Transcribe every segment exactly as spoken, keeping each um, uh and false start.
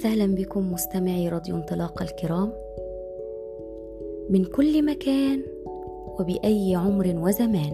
وسهلا بكم مستمعي راديو انطلاق الكرام من كل مكان وبأي عمر وزمان.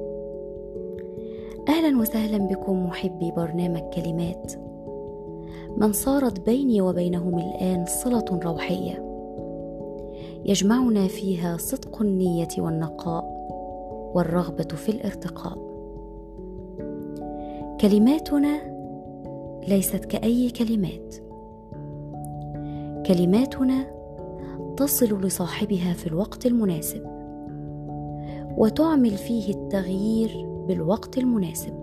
أهلا وسهلا بكم محبي برنامج كلمات، من صارت بيني وبينهم الآن صلة روحية يجمعنا فيها صدق النية والنقاء والرغبة في الارتقاء. كلماتنا ليست كأي كلمات، كلماتنا تصل لصاحبها في الوقت المناسب وتعمل فيه التغيير بالوقت المناسب.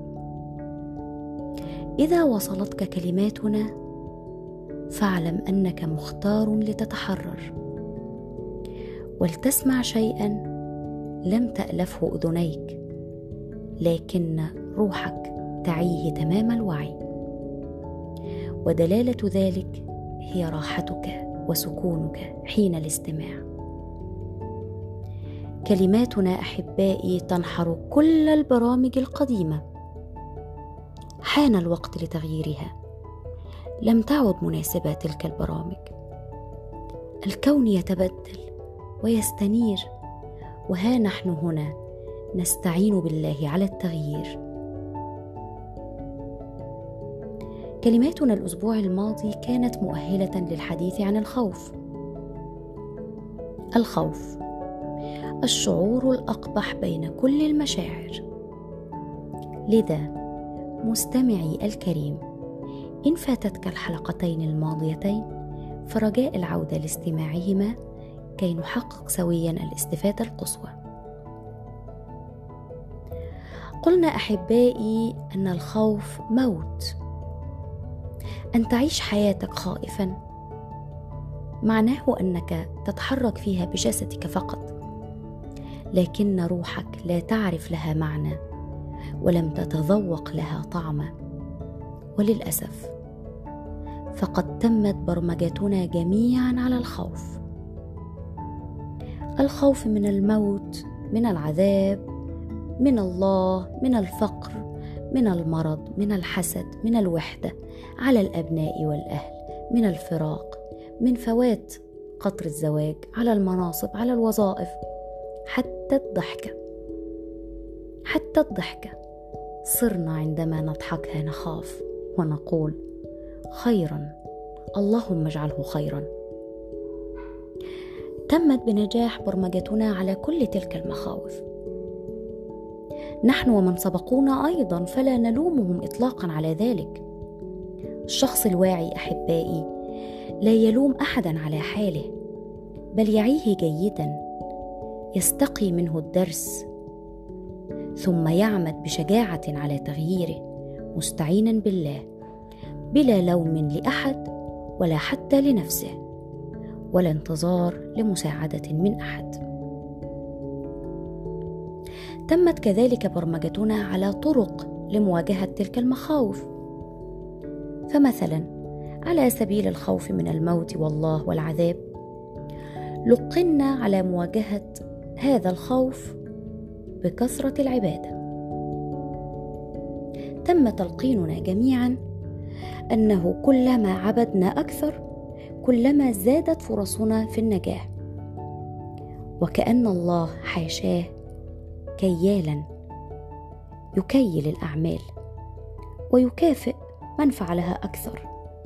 إذا وصلتك كلماتنا فاعلم أنك مختار لتتحرر، ولتسمع شيئا لم تألفه أذنيك لكن روحك تعيه تمام الوعي، ودلالة ذلك هي راحتك وسكونك حين الاستماع. كلماتنا أحبائي تنحر كل البرامج القديمة، حان الوقت لتغييرها، لم تعد مناسبة تلك البرامج. الكون يتبدل ويستنير، وها نحن هنا نستعين بالله على التغيير. كلماتنا الأسبوع الماضي كانت مؤهلة للحديث عن الخوف. الخوف الشعور الأقبح بين كل المشاعر. لذا مستمعي الكريم، إن فاتتك الحلقتين الماضيتين فرجاء العودة لاستماعهما كي نحقق سويا الاستفادة القصوى. قلنا أحبائي أن الخوف موت. أن تعيش حياتك خائفا معناه أنك تتحرك فيها بجسدك فقط، لكن روحك لا تعرف لها معنى ولم تتذوق لها طعما. وللأسف فقد تمت برمجتنا جميعا على الخوف. الخوف من الموت، من العذاب، من الله، من الفقر، من المرض، من الحسد، من الوحدة على الأبناء والأهل، من الفراق، من فوات قطر الزواج، على المناصب، على الوظائف، حتى الضحكة. حتى الضحكة صرنا عندما نضحكها نخاف ونقول خيرا، اللهم اجعله خيرا. تمت بنجاح برمجتنا على كل تلك المخاوف. نحن ومن سبقونا أيضا، فلا نلومهم إطلاقا على ذلك. الشخص الواعي أحبائي لا يلوم أحدا على حاله، بل يعيه جيدا، يستقي منه الدرس، ثم يعمد بشجاعة على تغييره مستعينا بالله، بلا لوم لأحد ولا حتى لنفسه، ولا انتظار لمساعدة من أحد. تمت كذلك برمجتنا على طرق لمواجهة تلك المخاوف. فمثلا على سبيل الخوف من الموت والله والعذاب، لقنا على مواجهة هذا الخوف بكثرة العبادة. تم تلقيننا جميعا أنه كلما عبدنا أكثر كلما زادت فرصنا في النجاح، وكأن الله حاشاه كيالا يكيل الأعمال ويكافئ من فعلها أكثر.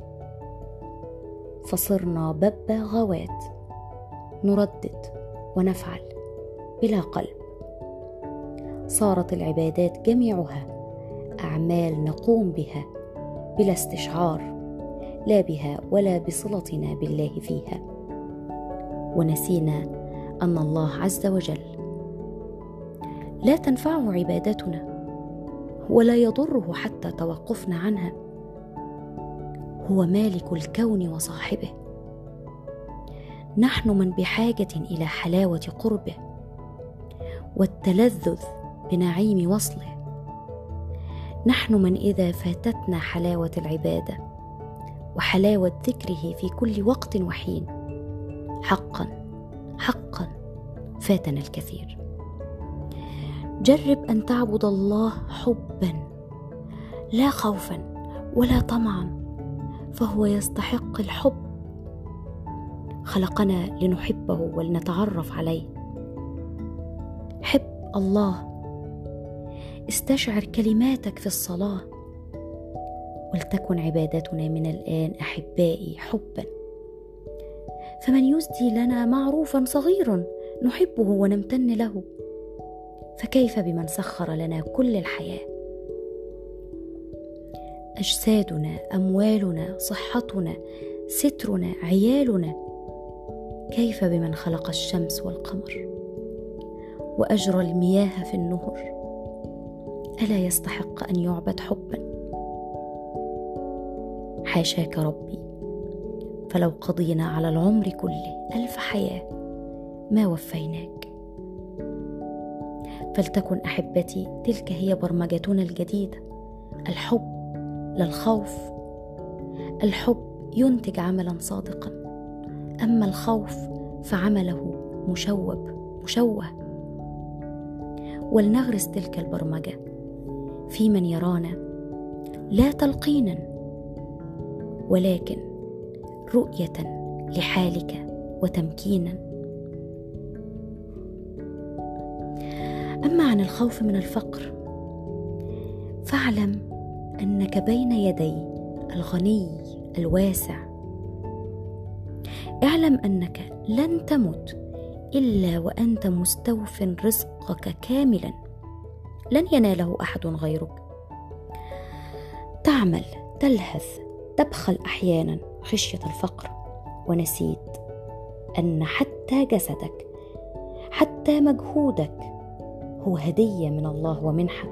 فصرنا ببغاوات نردد ونفعل بلا قلب. صارت العبادات جميعها أعمال نقوم بها بلا استشعار، لا بها ولا بصلتنا بالله فيها، ونسينا أن الله عز وجل لا تنفعه عبادتنا ولا يضره حتى توقفنا عنها. هو مالك الكون وصاحبه. نحن من بحاجة إلى حلاوة قربه والتلذذ بنعيم وصله. نحن من إذا فاتتنا حلاوة العبادة وحلاوة ذكره في كل وقت وحين، حقا حقا فاتنا الكثير. جرب أن تعبد الله حبا لا خوفا ولا طمعا، فهو يستحق الحب. خلقنا لنحبه ولنتعرف عليه. حب الله. استشعر كلماتك في الصلاة. ولتكن عبادتنا من الآن أحبائي حبا. فمن يسدي لنا معروفا صغير نحبه ونمتن له، فكيف بمن سخر لنا كل الحياة؟ أجسادنا، أموالنا، صحتنا، سترنا، عيالنا، كيف بمن خلق الشمس والقمر وأجرى المياه في النهر؟ ألا يستحق أن يعبد حبا؟ حاشاك ربي، فلو قضينا على العمر كله ألف حياة ما وفيناك. فلتكن أحبتي تلك هي برمجتنا الجديدة، الحب لا الخوف. الحب ينتج عملا صادقا، أما الخوف فعمله مشوب مشوه. ولنغرس تلك البرمجة في من يرانا، لا تلقينا ولكن رؤية لحالك وتمكينا. أما عن الخوف من الفقر فاعلم أنك بين يدي الغني الواسع. اعلم أنك لن تمت إلا وأنت مستوف رزقك كاملا، لن يناله أحد غيرك. تعمل، تلهث، تبخل أحيانا خشية الفقر، ونسيت أن حتى جسدك، حتى مجهودك هو هدية من الله ومنحة.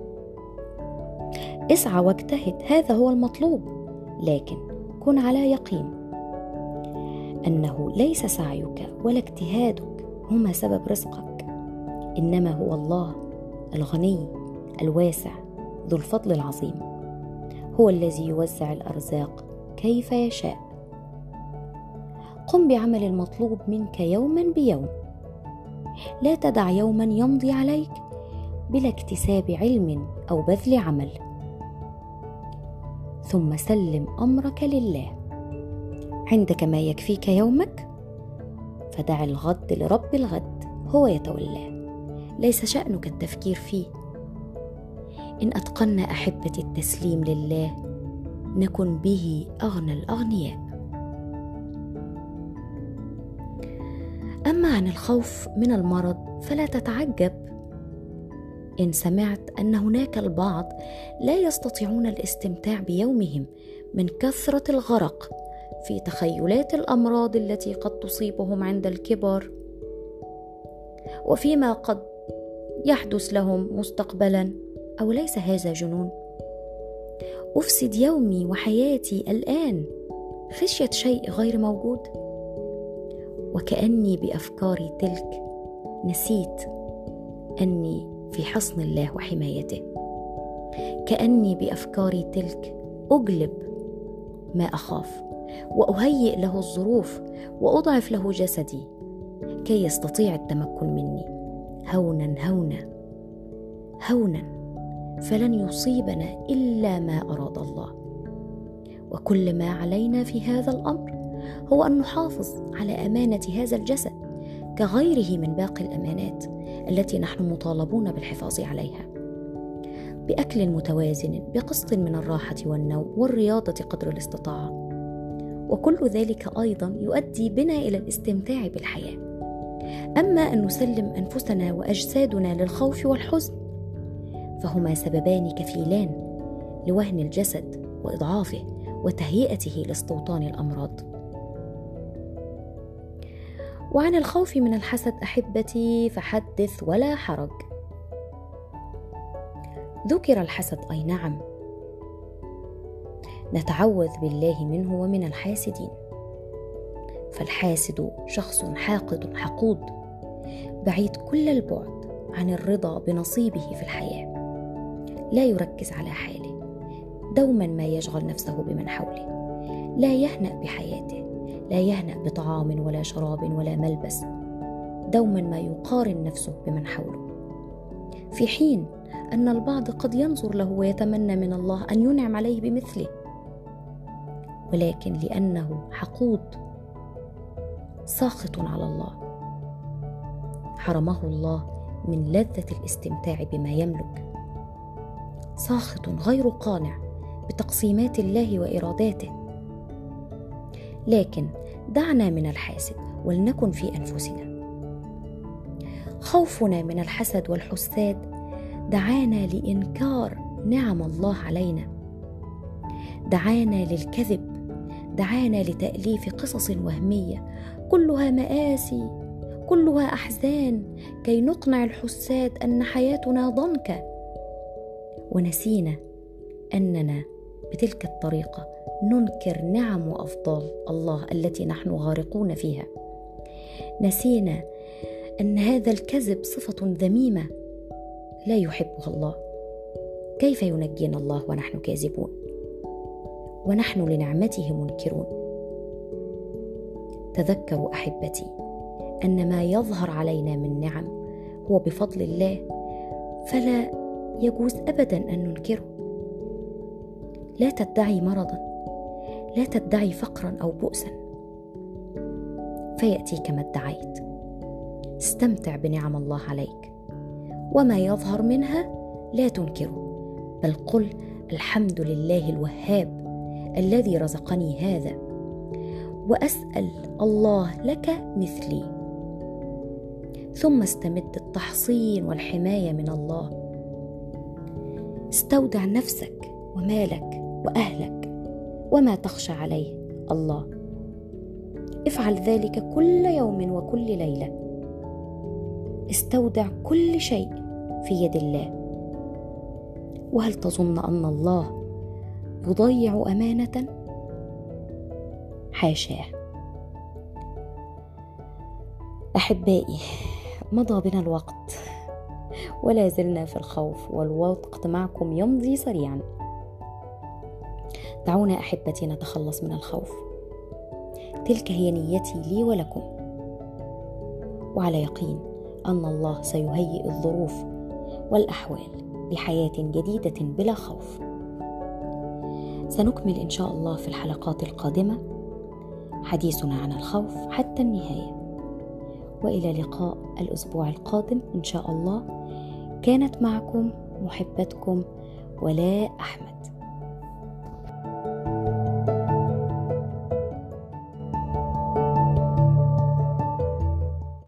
اسعى واجتهد، هذا هو المطلوب، لكن كن على يقين أنه ليس سعيك ولا اجتهادك هما سبب رزقك، إنما هو الله الغني الواسع ذو الفضل العظيم، هو الذي يوزع الأرزاق كيف يشاء. قم بعمل المطلوب منك يوما بيوم، لا تدع يوما يمضي عليك بلا اكتساب علم أو بذل عمل، ثم سلم أمرك لله. عندك ما يكفيك يومك، فدع الغد لرب الغد، هو يتولاه، ليس شأنك التفكير فيه. إن أتقنا أحبتي التسليم لله نكن به أغنى الأغنياء. أما عن الخوف من المرض فلا تتعجب إن سمعت أن هناك البعض لا يستطيعون الاستمتاع بيومهم من كثرة الغرق في تخيلات الأمراض التي قد تصيبهم عند الكبر، وفيما قد يحدث لهم مستقبلا. أو ليس هذا جنون؟ أفسد يومي وحياتي الآن خشية شيء غير موجود؟ وكأني بأفكاري تلك نسيت أني في حصن الله وحمايته. كأني بأفكاري تلك أجلب ما أخاف، وأهيئ له الظروف، وأضعف له جسدي كي يستطيع التمكن مني. هونا هونا هونا، فلن يصيبنا إلا ما أراد الله. وكل ما علينا في هذا الأمر هو أن نحافظ على أمانة هذا الجسد كغيره من باقي الأمانات التي نحن مطالبون بالحفاظ عليها، بأكل متوازن، بقسط من الراحة والنوم والرياضة قدر الاستطاعة. وكل ذلك أيضا يؤدي بنا إلى الاستمتاع بالحياة. أما أن نسلم أنفسنا وأجسادنا للخوف والحزن فهما سببان كفيلان لوهن الجسد وإضعافه وتهيئته لاستوطان الأمراض. وعن الخوف من الحسد أحبتي فحدث ولا حرج. ذكر الحسد، أي نعم، نتعوذ بالله منه ومن الحاسدين. فالحاسد شخص حاقد حقود بعيد كل البعد عن الرضا بنصيبه في الحياة، لا يركز على حاله، دوما ما يشغل نفسه بمن حوله، لا يهنأ بحياته، لا يهنأ بطعام ولا شراب ولا ملبس، دوما ما يقارن نفسه بمن حوله، في حين أن البعض قد ينظر له ويتمنى من الله أن ينعم عليه بمثله. ولكن لأنه حقود ساخط على الله، حرمه الله من لذة الاستمتاع بما يملك، ساخط غير قانع بتقسيمات الله وإراداته. لكن دعنا من الحاسد ولنكن في أنفسنا. خوفنا من الحسد والحساد دعانا لإنكار نعم الله علينا، دعانا للكذب، دعانا لتأليف قصص وهمية كلها مآسي، كلها أحزان، كي نقنع الحساد أن حياتنا ضنكة. ونسينا أننا بتلك الطريقة ننكر نعم وأفضال الله التي نحن غارقون فيها. نسينا أن هذا الكذب صفة ذميمة لا يحبها الله. كيف ينجينا الله ونحن كاذبون ونحن لنعمته منكرون؟ تذكروا أحبتي أن ما يظهر علينا من نعم هو بفضل الله، فلا يجوز أبدا أن ننكره. لا تدعي مرضا، لا تدعي فقرا أو بؤسا فيأتيك ما ادعيت. استمتع بنعم الله عليك، وما يظهر منها لا تنكره، بل قل الحمد لله الوهاب الذي رزقني هذا، وأسأل الله لك مثلي. ثم استمد التحصين والحماية من الله. استودع نفسك ومالك وأهلك وما تخشى عليه الله. افعل ذلك كل يوم وكل ليلة. استودع كل شيء في يد الله. وهل تظن أن الله يضيع أمانة؟ حاشاه. أحبائي، مضى بنا الوقت ولا زلنا في الخوف، والوقت معكم يمضي سريعا. دعونا أحبتي نتخلص من الخوف. تلك هي نيتي لي ولكم، وعلى يقين أن الله سيهيئ الظروف والأحوال لحياة جديدة بلا خوف. سنكمل إن شاء الله في الحلقات القادمة حديثنا عن الخوف حتى النهاية. وإلى لقاء الأسبوع القادم إن شاء الله. كانت معكم محبتكم ولاء أحمد.